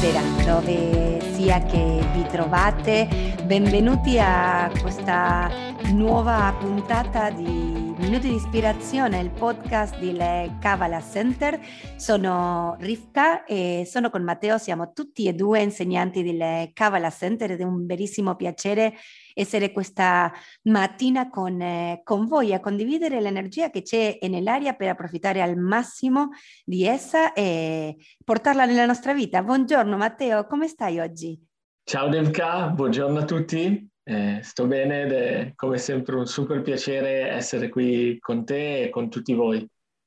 Buonasera, dove sia che vi trovate, benvenuti a questa nuova puntata di Minuti di Ispirazione, il podcast del Kabbalah Center. Sono Rivka e sono con Matteo, siamo tutti e due insegnanti del Kabbalah Center ed è un verissimo piacere essere questa mattina con voi a condividere l'energia che c'è nell'aria per approfittare al massimo di essa e portarla nella nostra vita. Buongiorno Matteo, come stai oggi? Ciao Devka, buongiorno a tutti. Sto bene ed è come sempre un super piacere essere qui con te e con tutti voi.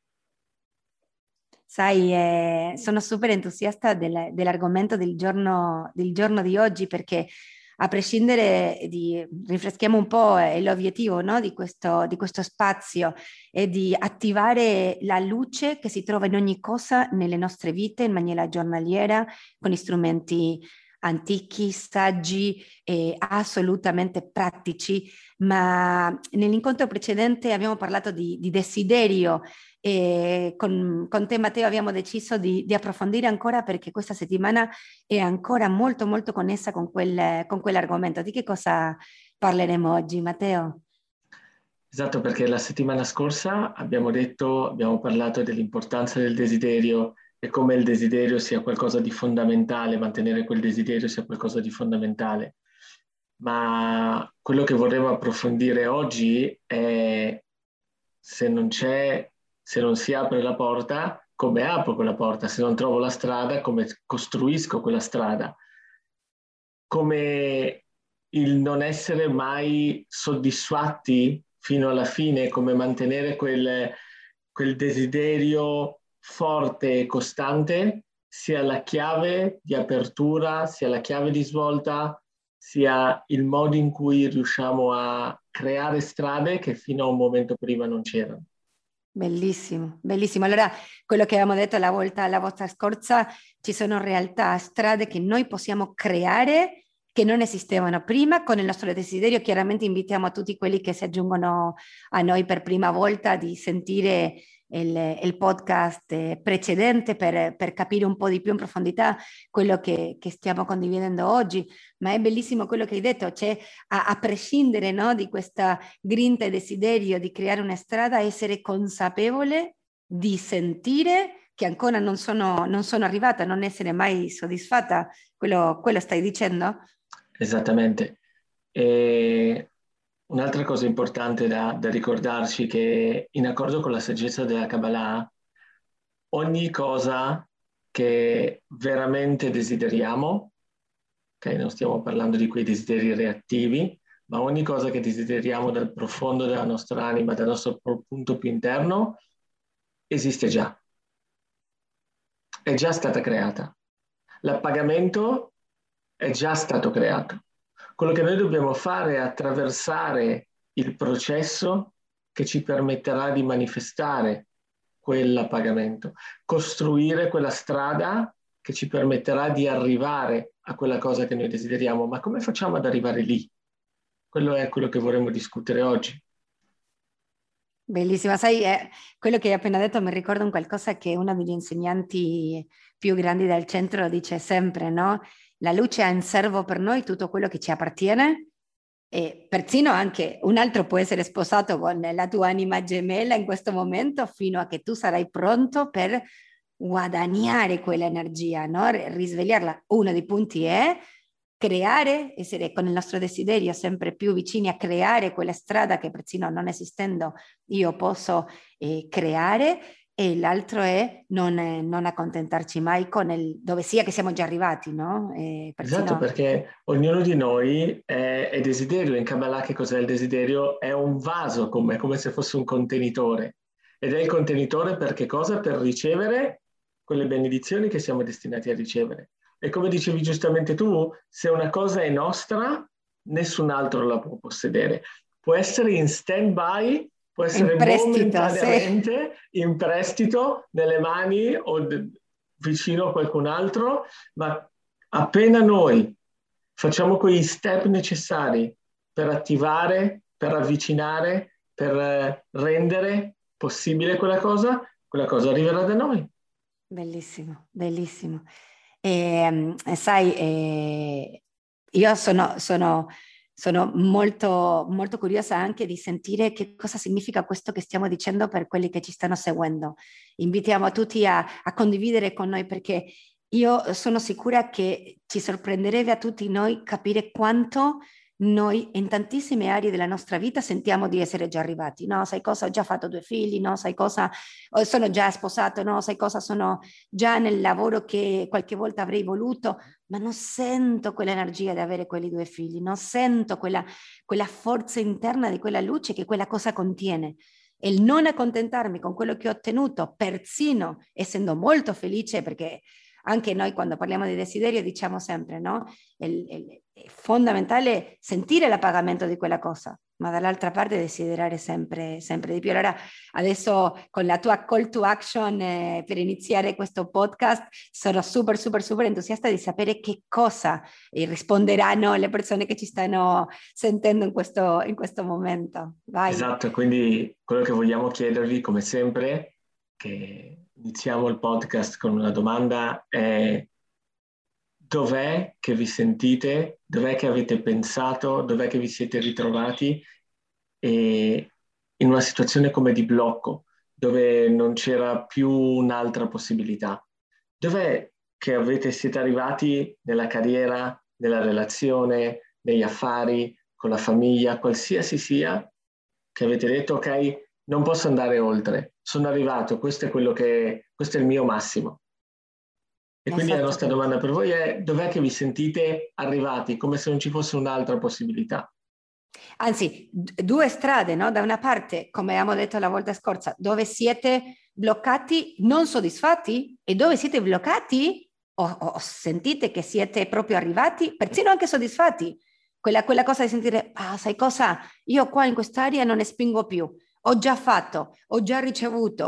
Sai, sono super entusiasta dell'argomento del giorno di oggi perché a prescindere rinfreschiamo un po' l'obiettivo, no, di questo spazio e di attivare la luce che si trova in ogni cosa nelle nostre vite in maniera giornaliera con strumenti antichi, saggi e assolutamente pratici, ma nell'incontro precedente abbiamo parlato di desiderio e con te Matteo abbiamo deciso di approfondire ancora perché questa settimana è ancora molto molto connessa con quell'argomento. Di che cosa parleremo oggi, Matteo? Esatto, perché la settimana scorsa abbiamo parlato dell'importanza del desiderio e come il desiderio sia qualcosa di fondamentale, mantenere quel desiderio sia qualcosa di fondamentale. Ma quello che vorremmo approfondire oggi è se non si apre la porta, come apro quella porta? Se non trovo la strada, come costruisco quella strada? Come il non essere mai soddisfatti fino alla fine, come mantenere quel desiderio forte e costante sia la chiave di apertura, sia la chiave di svolta, sia il modo in cui riusciamo a creare strade che fino a un momento prima non c'erano. Bellissimo, bellissimo. Allora, quello che avevamo detto la volta scorsa, ci sono in realtà strade che noi possiamo creare che non esistevano prima con il nostro desiderio. Chiaramente invitiamo a tutti quelli che si aggiungono a noi per prima volta di sentire il podcast precedente per capire un po' di più in profondità quello che stiamo condividendo oggi. Ma è bellissimo quello che hai detto, cioè a prescindere, no, di questa grinta e desiderio di creare una strada, essere consapevole di sentire che ancora non sono arrivata, non essere mai soddisfatta. Quello stai dicendo? Esattamente. E un'altra cosa importante da ricordarci è che in accordo con la saggezza della Kabbalah, ogni cosa che veramente desideriamo, ok, non stiamo parlando di quei desideri reattivi, ma ogni cosa che desideriamo dal profondo della nostra anima, dal nostro punto più interno, esiste già, è già stata creata. L'appagamento è già stato creato. Quello che noi dobbiamo fare è attraversare il processo che ci permetterà di manifestare quell'appagamento, costruire quella strada che ci permetterà di arrivare a quella cosa che noi desideriamo. Ma come facciamo ad arrivare lì? Quello è quello che vorremmo discutere oggi. Bellissima, sai, quello che hai appena detto mi ricorda un qualcosa che uno degli insegnanti più grandi del centro dice sempre, no? La luce ha in serbo per noi tutto quello che ci appartiene e persino anche un altro può essere sposato con la tua anima gemella in questo momento fino a che tu sarai pronto per guadagnare quell'energia, no? Risvegliarla. Uno dei punti è creare, essere con il nostro desiderio sempre più vicini a creare quella strada che persino non esistendo io posso creare, e l'altro è non accontentarci mai con il dove sia che siamo già arrivati, no? Esatto, Persino perché ognuno di noi è desiderio. In Kabbalah che cos'è il desiderio? È un vaso, come se fosse un contenitore. Ed è il contenitore per che cosa? Per ricevere quelle benedizioni che siamo destinati a ricevere. E come dicevi giustamente tu, se una cosa è nostra, nessun altro la può possedere. Può essere in stand-by, può in essere prestito, sì. momentaneamente in prestito nelle mani o vicino a qualcun altro, ma appena noi facciamo quegli step necessari per attivare, per avvicinare, per rendere possibile quella cosa arriverà da noi. Bellissimo, bellissimo. Sai, io sono molto, molto curiosa anche di sentire che cosa significa questo che stiamo dicendo per quelli che ci stanno seguendo. Invitiamo tutti a condividere con noi, perché io sono sicura che ci sorprenderebbe a tutti noi capire quanto noi in tantissime aree della nostra vita sentiamo di essere già arrivati. No, sai cosa? Ho già fatto 2 figli, no, sai cosa? Sono già sposato, no, sai cosa? Sono già nel lavoro che qualche volta avrei voluto, ma non sento quell'energia di avere quelli 2 figli, non sento quella forza interna di quella luce che quella cosa contiene. E il non accontentarmi con quello che ho ottenuto, persino essendo molto felice, perché anche noi quando parliamo di desiderio diciamo sempre, no? È fondamentale sentire l'appagamento di quella cosa, ma dall'altra parte desiderare sempre, sempre di più. Allora, adesso con la tua call to action per iniziare questo podcast, sono super, super, super entusiasta di sapere che cosa risponderanno le persone che ci stanno sentendo in questo momento. Vai. Esatto, quindi quello che vogliamo chiedervi, come sempre, che iniziamo il podcast con una domanda, è: dov'è che vi sentite, dov'è che avete pensato, dov'è che vi siete ritrovati in una situazione come di blocco, dove non c'era più un'altra possibilità? Dov'è che siete arrivati nella carriera, nella relazione, negli affari, con la famiglia, qualsiasi sia, che avete detto: ok, non posso andare oltre, sono arrivato, questo è il mio massimo. E quindi la nostra Esattamente. domanda per voi è: dov'è che vi sentite arrivati, come se non ci fosse un'altra possibilità? Anzi, 2 strade, no? Da una parte, come abbiamo detto la volta scorsa, dove siete bloccati, non soddisfatti, e dove siete bloccati o sentite che siete proprio arrivati, persino anche soddisfatti. Quella cosa di sentire, ah, sai cosa? Io qua in quest'area non ne spingo più. Ho già fatto, ho già ricevuto,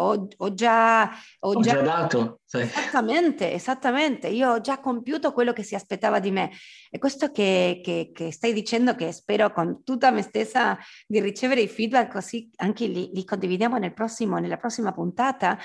ho Ho già... già dato, sai. Esattamente, esattamente. Io ho già compiuto quello che si aspettava di me. E questo che stai dicendo, che spero con tutta me stessa di ricevere i feedback, così anche li condividiamo nella prossima puntata.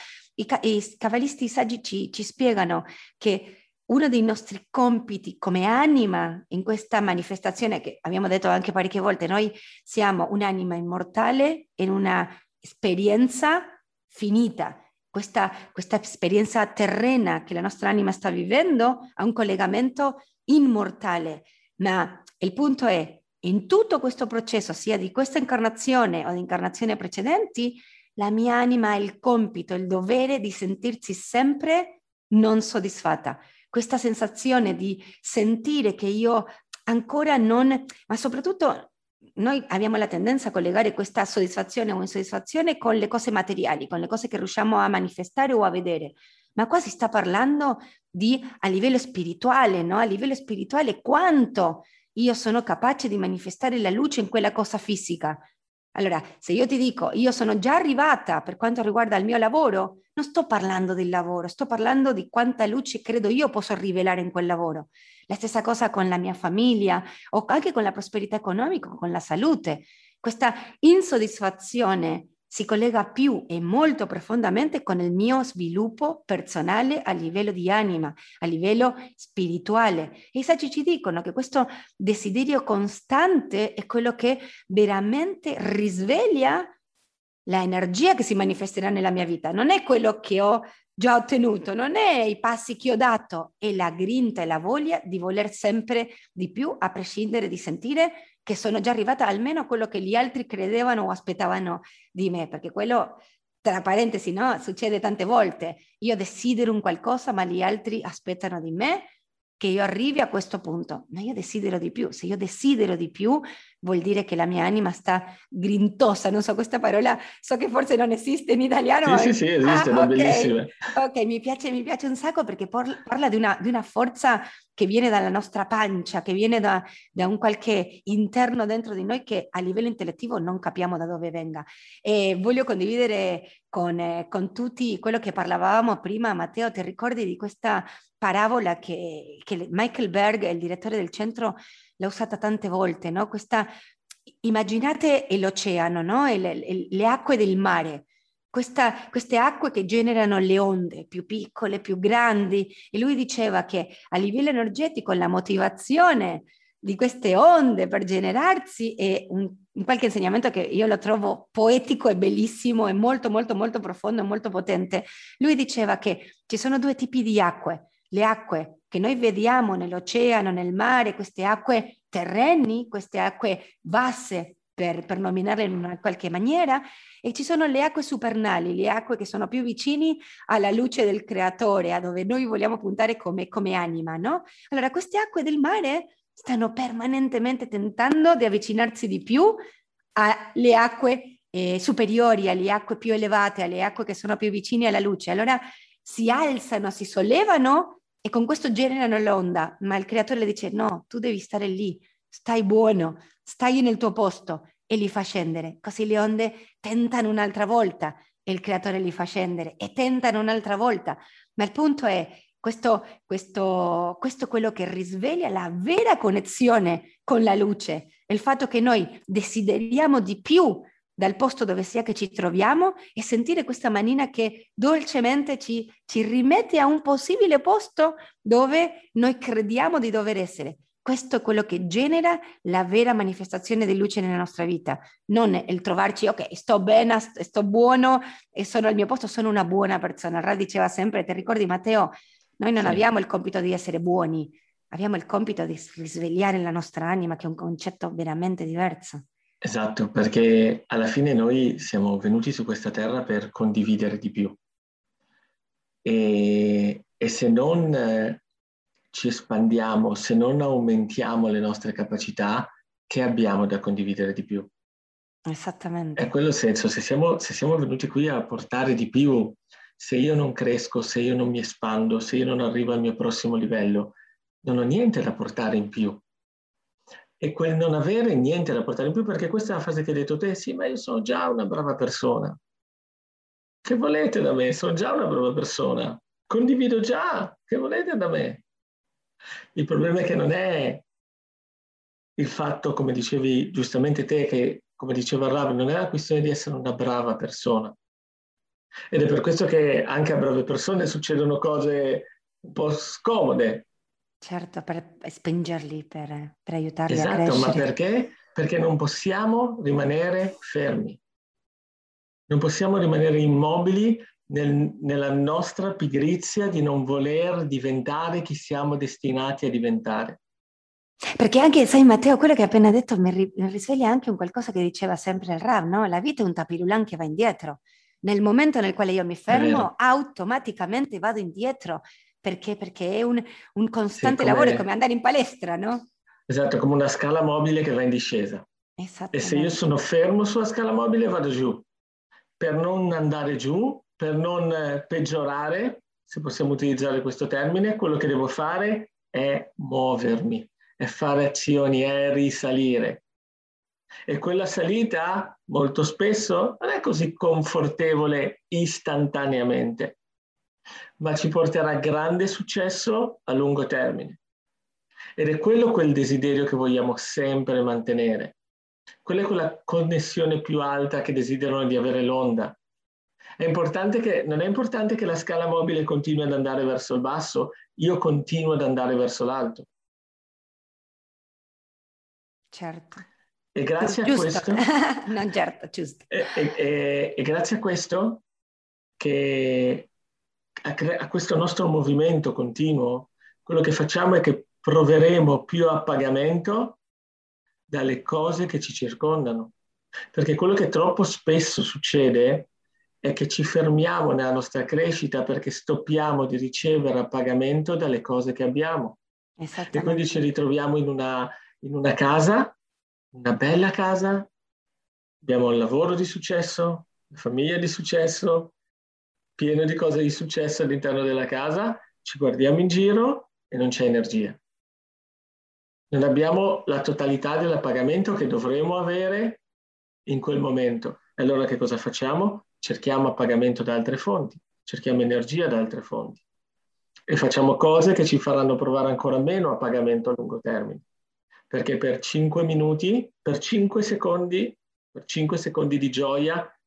I cabalisti saggi ci spiegano che uno dei nostri compiti come anima in questa manifestazione, che abbiamo detto anche parecchie volte, noi siamo un'anima immortale in una esperienza finita. Questa esperienza terrena che la nostra anima sta vivendo ha un collegamento immortale, ma il punto è, in tutto questo processo, sia di questa incarnazione o di incarnazioni precedenti, la mia anima ha il compito, il dovere di sentirsi sempre non soddisfatta. Questa sensazione di sentire che io ancora non, ma soprattutto noi abbiamo la tendenza a collegare questa soddisfazione o insoddisfazione con le cose materiali, con le cose che riusciamo a manifestare o a vedere. Ma qua si sta parlando di a livello spirituale, no? A livello spirituale quanto io sono capace di manifestare la luce in quella cosa fisica. Allora, se io ti dico, io sono già arrivata per quanto riguarda il mio lavoro, non sto parlando del lavoro, sto parlando di quanta luce credo io posso rivelare in quel lavoro. La stessa cosa con la mia famiglia o anche con la prosperità economica, con la salute. Questa insoddisfazione si collega più e molto profondamente con il mio sviluppo personale a livello di anima, a livello spirituale. E i saggi ci dicono che questo desiderio costante è quello che veramente risveglia l'energia che si manifesterà nella mia vita. Non è quello che ho già ottenuto, non è i passi che ho dato, è la grinta e la voglia di voler sempre di più, a prescindere di sentire che sono già arrivata almeno a quello che gli altri credevano o aspettavano di me, perché quello, tra parentesi, no? Succede tante volte. Io desidero un qualcosa, ma gli altri aspettano di me che io arrivi a questo punto, ma io desidero di più. Se io desidero di più, vuol dire che la mia anima sta grintosa, non so questa parola, so che forse non esiste in italiano, Sì, ma sì, sì, esiste, è bellissima. ok, mi piace un sacco perché parla di una forza che viene dalla nostra pancia, che viene da un qualche interno dentro di noi che a livello intellettivo non capiamo da dove venga. E voglio condividere con tutti quello che parlavamo prima. Matteo, ti ricordi di questa parabola che Michael Berg, il direttore del centro, l'ha usata tante volte, no? Immaginate l'oceano, no? Le acque del mare. queste acque che generano le onde più piccole, più grandi, e lui diceva che a livello energetico la motivazione di queste onde per generarsi è in qualche insegnamento che io lo trovo poetico e bellissimo e molto molto molto profondo e molto potente. Lui diceva che ci sono due tipi di acque: le acque che noi vediamo nell'oceano, nel mare, queste acque terreni, queste acque basse per nominarle in una qualche maniera, e ci sono le acque supernali, le acque che sono più vicini alla luce del creatore, a dove noi vogliamo puntare come anima, no? Allora queste acque del mare stanno permanentemente tentando di avvicinarsi di più alle acque superiori, alle acque più elevate, alle acque che sono più vicine alla luce. Allora si alzano, si sollevano e con questo generano l'onda, ma il creatore le dice: no, tu devi stare lì, stai buono, stai nel tuo posto, e li fa scendere. Così le onde tentano un'altra volta e il creatore li fa scendere e tentano un'altra volta. Ma il punto è questo è quello che risveglia la vera connessione con la luce, il fatto che noi desideriamo di più dal posto dove sia che ci troviamo e sentire questa manina che dolcemente ci rimette a un possibile posto dove noi crediamo di dover essere. Questo è quello che genera la vera manifestazione di luce nella nostra vita, non il trovarci, ok, sto bene, sto buono e sono al mio posto, sono una buona persona. Ra diceva sempre, ti ricordi Matteo, noi non abbiamo il compito di essere buoni, abbiamo il compito di risvegliare la nostra anima, che è un concetto veramente diverso. Esatto, perché alla fine noi siamo venuti su questa terra per condividere di più. E se non ci espandiamo, se non aumentiamo le nostre capacità, che abbiamo da condividere di più? Esattamente. È quello il senso, se siamo venuti qui a portare di più, se io non cresco, se io non mi espando, se io non arrivo al mio prossimo livello, non ho niente da portare in più. E quel non avere niente da portare in più, perché questa è la frase che hai detto te: sì, ma io sono già una brava persona. Che volete da me? Sono già una brava persona. Condivido già. Che volete da me? Il problema è che non è il fatto, come dicevi giustamente te, che come diceva Rav, non è la questione di essere una brava persona. Ed è per questo che anche a brave persone succedono cose un po' scomode. Certo, per spingerli, per aiutarli a Esatto, ma crescere. perché? Perché non possiamo rimanere fermi. Non possiamo rimanere immobili nella nostra pigrizia di non voler diventare chi siamo destinati a diventare. Perché anche, sai Matteo, quello che hai appena detto mi risveglia anche un qualcosa che diceva sempre il Rav, no? La vita è un tapirulan che va indietro. Nel momento nel quale io mi È fermo, vero. automaticamente vado indietro. Perché? Perché è un Sì, costante lavoro, è come andare in palestra, no? esatto, come una scala mobile che va in discesa. E se io Esattamente. sono fermo sulla scala mobile vado giù. Per non andare giù, per non peggiorare, se possiamo utilizzare questo termine, quello che devo fare è muovermi, è fare azioni, è risalire. E quella salita molto spesso non è così confortevole istantaneamente, ma ci porterà a grande successo a lungo termine. Ed è quello quel desiderio che vogliamo sempre mantenere. Quella è quella connessione più alta che desiderano di avere l'onda. Non è importante che la scala mobile continui ad andare verso il basso, io continuo ad andare verso l'alto. Certo. E grazie a Giusto, questo, non certo, giusto. e grazie a questo che a questo nostro movimento continuo, quello che facciamo è che proveremo più appagamento dalle cose che ci circondano. Perché quello che troppo spesso succede è che ci fermiamo nella nostra crescita perché stoppiamo di ricevere appagamento dalle cose che abbiamo. E quindi ci Esattamente. ritroviamo in una casa, una bella casa, abbiamo un lavoro di successo, una famiglia di successo, pieno di cose di successo all'interno della casa, ci guardiamo in giro e non c'è energia. Non abbiamo la totalità dell'appagamento che dovremmo avere in quel momento. E allora che cosa facciamo? Cerchiamo appagamento da altre fonti, cerchiamo energia da altre fonti e facciamo cose che ci faranno provare ancora meno appagamento a lungo termine. Perché per 5 minuti, per 5 secondi di gioia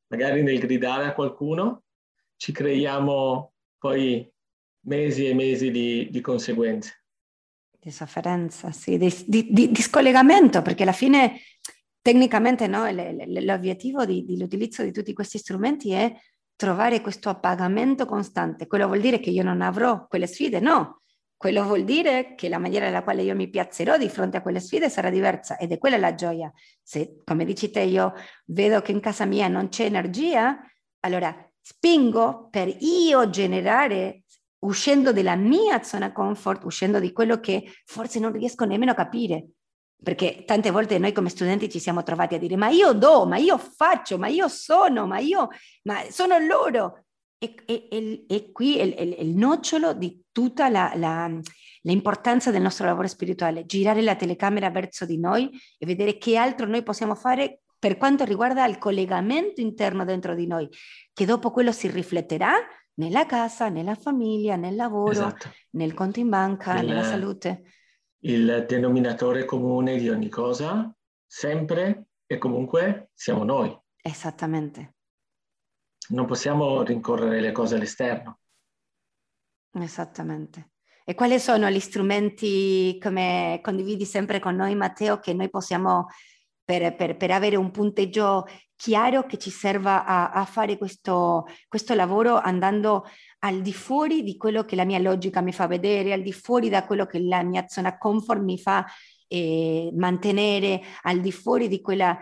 magari nel gridare a qualcuno, ci creiamo poi mesi e mesi di conseguenze. Di sofferenza, sì, di scollegamento, perché alla fine tecnicamente no, l'obiettivo dell'utilizzo di tutti questi strumenti è trovare questo appagamento costante. Quello vuol dire che io non avrò quelle sfide? No, quello vuol dire che la maniera nella quale io mi piazzerò di fronte a quelle sfide sarà diversa, ed è quella la gioia. Se, come dici te, io vedo che in casa mia non c'è energia, allora spingo per io generare, uscendo dalla mia zona comfort, uscendo di quello che forse non riesco nemmeno a capire. Perché tante volte noi come studenti ci siamo trovati a dire ma io do, ma io faccio, ma io sono, ma sono loro. E qui è il nocciolo di tutta l'importanza del nostro lavoro spirituale, girare la telecamera verso di noi e vedere che altro noi possiamo fare per quanto riguarda il collegamento interno dentro di noi, che dopo quello si rifletterà nella casa, nella famiglia, nel lavoro, Esatto. nel conto in banca, nella salute. Il denominatore comune di ogni cosa, sempre e comunque, siamo noi. Esattamente. Non possiamo rincorrere le cose all'esterno. Esattamente. E quali sono gli strumenti, come condividi sempre con noi, Matteo, che noi possiamo, per avere un punteggio chiaro che ci serva a fare questo lavoro, andando al di fuori di quello che la mia logica mi fa vedere, al di fuori da quello che la mia zona comfort mi fa mantenere, al di fuori di quella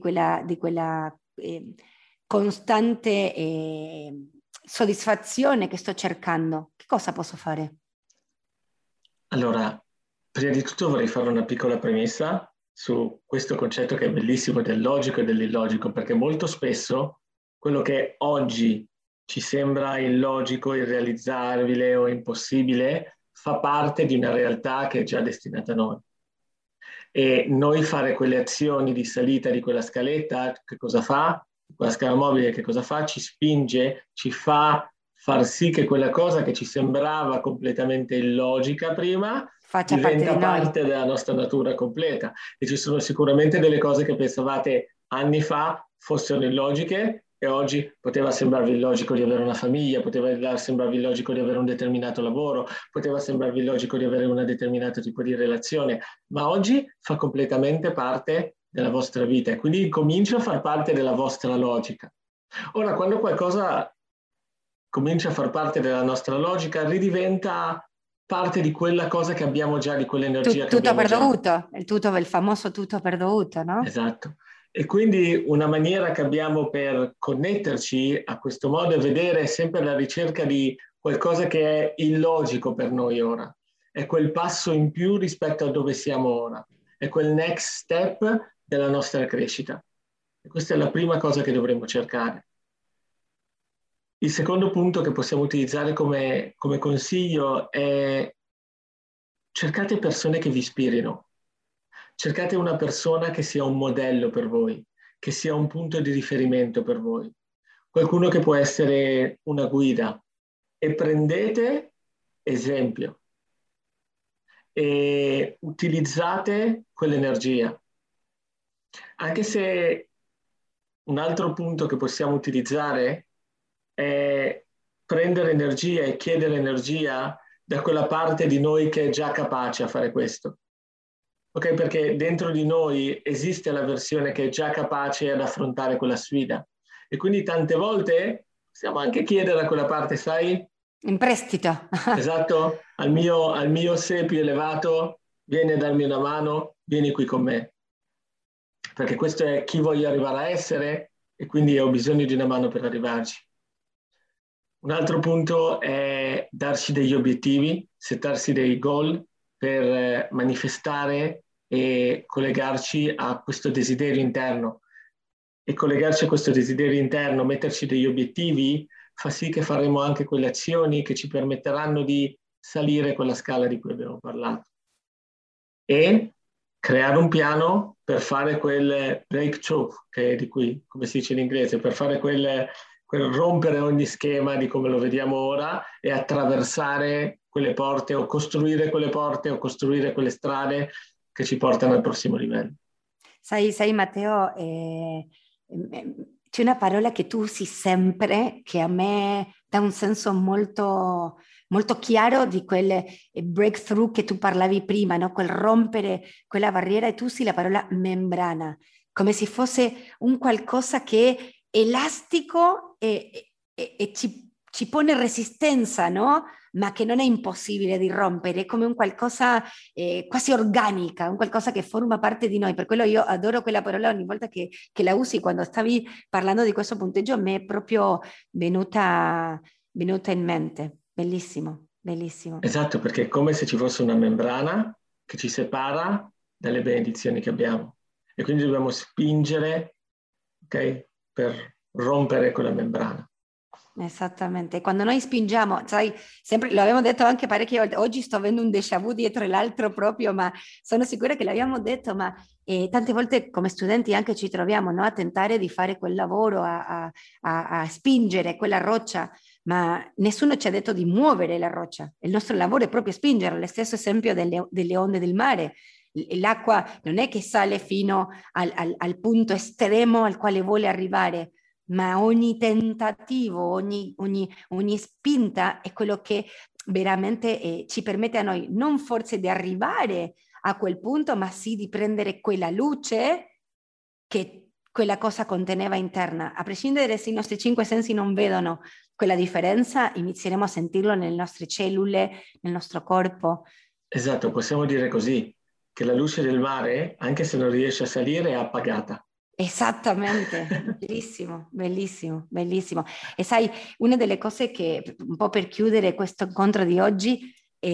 costante soddisfazione che sto cercando. Che cosa posso fare? Allora, prima di tutto vorrei fare una piccola premessa su questo concetto che è bellissimo del logico e dell'illogico, perché molto spesso quello che oggi ci sembra illogico, irrealizzabile o impossibile fa parte di una realtà che è già destinata a noi. E noi fare quelle azioni di salita di quella scaletta, che cosa fa? Quella scala mobile che cosa fa? Ci spinge, ci fa far sì che quella cosa che ci sembrava completamente illogica prima Faccia parte diventa di noi. parte della nostra natura completa. E ci sono sicuramente delle cose che pensavate anni fa fossero illogiche e oggi poteva sembrarvi illogico di avere una famiglia, poteva sembrarvi illogico di avere un determinato lavoro, poteva sembrarvi illogico di avere un determinato tipo di relazione, ma oggi fa completamente parte della vostra vita e quindi comincia a far parte della vostra logica. Ora, quando qualcosa comincia a far parte della nostra logica, ridiventa parte di quella cosa che abbiamo già, di quell'energia che Tutto abbiamo per già. dovuto, il famoso tutto per dovuto, no? Esatto. E quindi una maniera che abbiamo per connetterci a questo modo è vedere sempre la ricerca di qualcosa che è illogico per noi ora. È quel passo in più rispetto a dove siamo ora. È quel next step della nostra crescita. E questa è la prima cosa che dovremmo cercare. Il secondo punto che possiamo utilizzare come consiglio è cercate persone che vi ispirino. Cercate una persona che sia un modello per voi, che sia un punto di riferimento per voi, qualcuno che può essere una guida e prendete esempio e utilizzate quell'energia. Anche se un altro punto che possiamo utilizzare è prendere energia e chiedere energia da quella parte di noi che è già capace a fare questo. Ok, perché dentro di noi esiste la versione che è già capace ad affrontare quella sfida. E quindi tante volte possiamo anche chiedere a quella parte, sai? In prestito. Esatto, al mio sé più elevato, vieni a darmi una mano, vieni qui con me. Perché questo è chi voglio arrivare a essere e quindi ho bisogno di una mano per arrivarci. Un altro punto è darsi degli obiettivi, settarsi dei goal per manifestare e collegarci a questo desiderio interno. E collegarci a questo desiderio interno, metterci degli obiettivi, fa sì che faremo anche quelle azioni che ci permetteranno di salire quella scala di cui abbiamo parlato. E creare un piano per fare quel breakthrough, che è di cui, come si dice in inglese, per fare quel rompere ogni schema di come lo vediamo ora e attraversare quelle porte o costruire quelle porte o costruire quelle strade che ci portano al prossimo livello. Sai Matteo, c'è una parola che tu usi sempre, che a me dà un senso molto, molto chiaro di quel breakthrough che tu parlavi prima, no? Quel rompere quella barriera, e tu usi la parola membrana, come se fosse un qualcosa che è elastico e ci pone resistenza, no? Ma che non è impossibile di rompere, è come un qualcosa quasi organica, un qualcosa che forma parte di noi. Per quello io adoro quella parola, ogni volta che la usi. Quando stavi parlando di questo punteggio mi è proprio venuta in mente. Bellissimo, bellissimo. Esatto, perché è come se ci fosse una membrana che ci separa dalle benedizioni che abbiamo. E quindi dobbiamo spingere, ok, per rompere quella membrana. Esattamente, quando noi spingiamo, sai, sempre lo abbiamo detto anche parecchie volte, oggi sto avendo un déjà vu dietro l'altro proprio, ma sono sicura che l'abbiamo detto, ma tante volte come studenti anche ci troviamo, no, a tentare di fare quel lavoro, a spingere quella roccia, ma nessuno ci ha detto di muovere la roccia, il nostro lavoro è proprio spingere, lo stesso esempio delle onde del mare. L'acqua non è che sale fino al punto estremo al quale vuole arrivare, ma ogni tentativo, ogni spinta è quello che veramente ci permette a noi non forse di arrivare a quel punto, ma sì di prendere quella luce che quella cosa conteneva interna. A prescindere se i nostri cinque sensi non vedono quella differenza, inizieremo a sentirlo nelle nostre cellule, nel nostro corpo. Esatto, possiamo dire così, che la luce del mare, anche se non riesce a salire, è appagata. Esattamente, bellissimo, bellissimo, bellissimo. E sai, una delle cose che, un po' per chiudere questo incontro di oggi,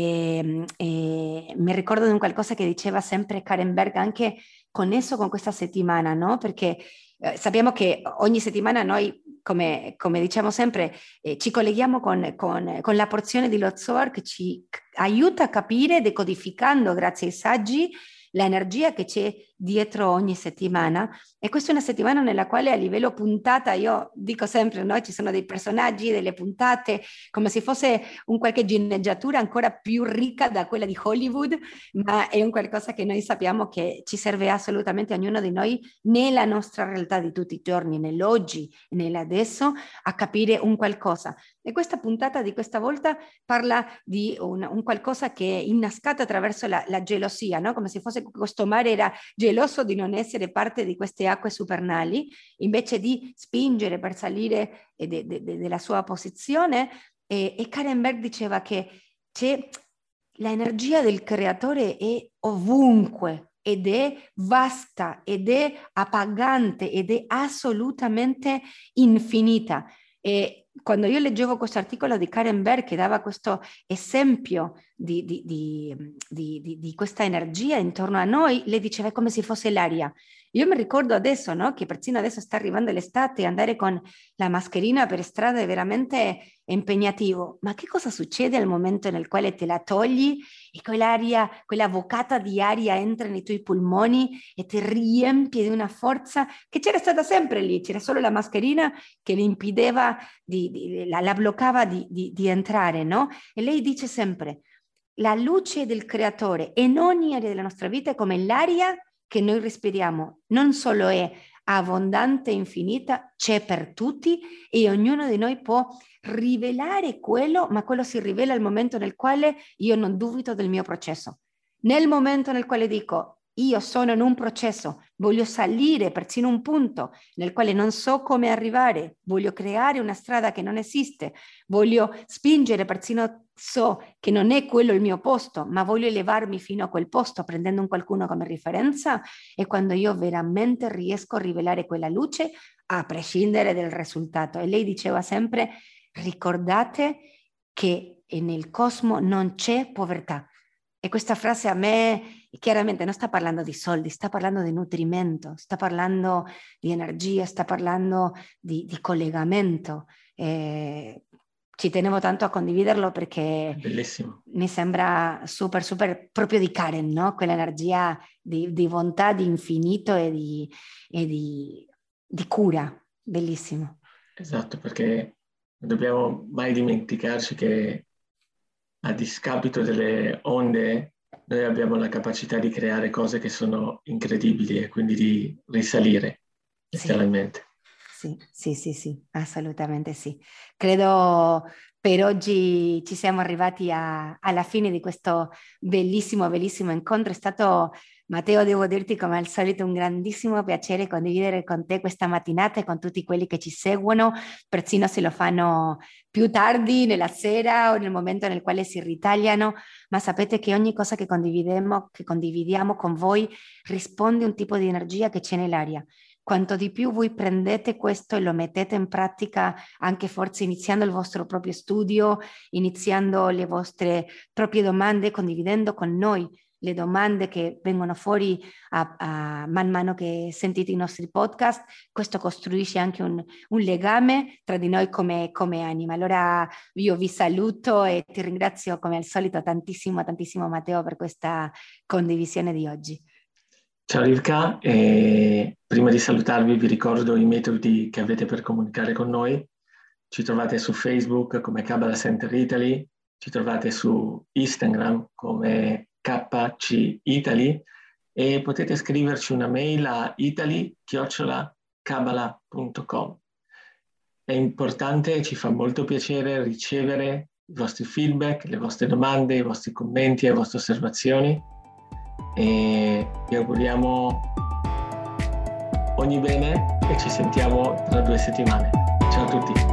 mi ricordo di un qualcosa che diceva sempre Karen Berg, anche connesso con questa settimana, no? Perché sappiamo che ogni settimana noi, come diciamo sempre, ci colleghiamo con la porzione di Lo Zohar che ci aiuta a capire, decodificando grazie ai saggi, l'energia che c'è dietro ogni settimana. E questa è una settimana nella quale a livello puntata, io dico sempre, no? Ci sono dei personaggi, delle puntate, come se fosse un qualche sceneggiatura ancora più ricca da quella di Hollywood, ma è un qualcosa che noi sappiamo che ci serve assolutamente a ognuno di noi nella nostra realtà di tutti i giorni, nell'oggi, nell'adesso, a capire un qualcosa. E questa puntata di questa volta parla di un qualcosa che è innescato attraverso la gelosia, no? Come se fosse questo mare era geloso di non essere parte di queste acque supernali, invece di spingere per salire della sua posizione. E Karen Berg diceva che l'energia del creatore è ovunque ed è vasta ed è appagante ed è assolutamente infinita. E quando io leggevo questo articolo di Karen Berg che dava questo esempio di questa energia intorno a noi, lei diceva come se fosse l'aria. Io mi ricordo adesso, no, che persino adesso sta arrivando l'estate e andare con la mascherina per strada è veramente impegnativo. Ma che cosa succede al momento nel quale te la togli e quell'aria, quella boccata di aria entra nei tuoi polmoni e ti riempie di una forza che c'era stata sempre lì, c'era solo la mascherina che le impedeva, la bloccava di entrare, no? E lei dice sempre, la luce del creatore in ogni area della nostra vita è come l'aria che noi respiriamo, non solo è abbondante e infinita, c'è per tutti e ognuno di noi può rivelare quello, ma quello si rivela al momento nel quale io non dubito del mio processo. Nel momento nel quale dico io sono in un processo, voglio salire persino un punto nel quale non so come arrivare, voglio creare una strada che non esiste, voglio spingere persino so che non è quello il mio posto, ma voglio elevarmi fino a quel posto prendendo un qualcuno come riferenza, è quando io veramente riesco a rivelare quella luce a prescindere dal risultato. E lei diceva sempre, ricordate che nel cosmo non c'è povertà. E questa frase a me chiaramente non sta parlando di soldi, sta parlando di nutrimento, sta parlando di energia, sta parlando di collegamento. Ci tenevo tanto a condividerlo perché Bellissimo. mi sembra super, super proprio di Karen, no? Quell'energia di bontà, di infinito e di cura. Bellissimo. Esatto, perché non dobbiamo mai dimenticarci che a discapito delle onde, noi abbiamo la capacità di creare cose che sono incredibili e quindi di risalire, Sì. letteralmente. Sì, assolutamente sì. Credo per oggi ci siamo arrivati alla fine di questo bellissimo, bellissimo incontro. È stato, Matteo, devo dirti come al solito un grandissimo piacere condividere con te questa mattinata e con tutti quelli che ci seguono, persino se lo fanno più tardi nella sera o nel momento nel quale si ritagliano, ma sapete che ogni cosa che condividiamo con voi risponde a un tipo di energia che c'è nell'aria. Quanto di più voi prendete questo e lo mettete in pratica, anche forse iniziando il vostro proprio studio, iniziando le vostre proprie domande, condividendo con noi le domande che vengono fuori man mano che sentite i nostri podcast, questo costruisce anche un legame tra di noi come anima. Allora io vi saluto e ti ringrazio come al solito tantissimo, tantissimo Matteo per questa condivisione di oggi. Ciao Rivka, prima di salutarvi vi ricordo i metodi che avete per comunicare con noi. Ci trovate su Facebook come Kabbalah Center Italy, ci trovate su Instagram come KC Italy e potete scriverci una mail a italy@kabbalah.com. È importante, ci fa molto piacere ricevere i vostri feedback, le vostre domande, i vostri commenti e le vostre osservazioni. E vi auguriamo ogni bene e ci sentiamo tra 2 settimane. Ciao a tutti.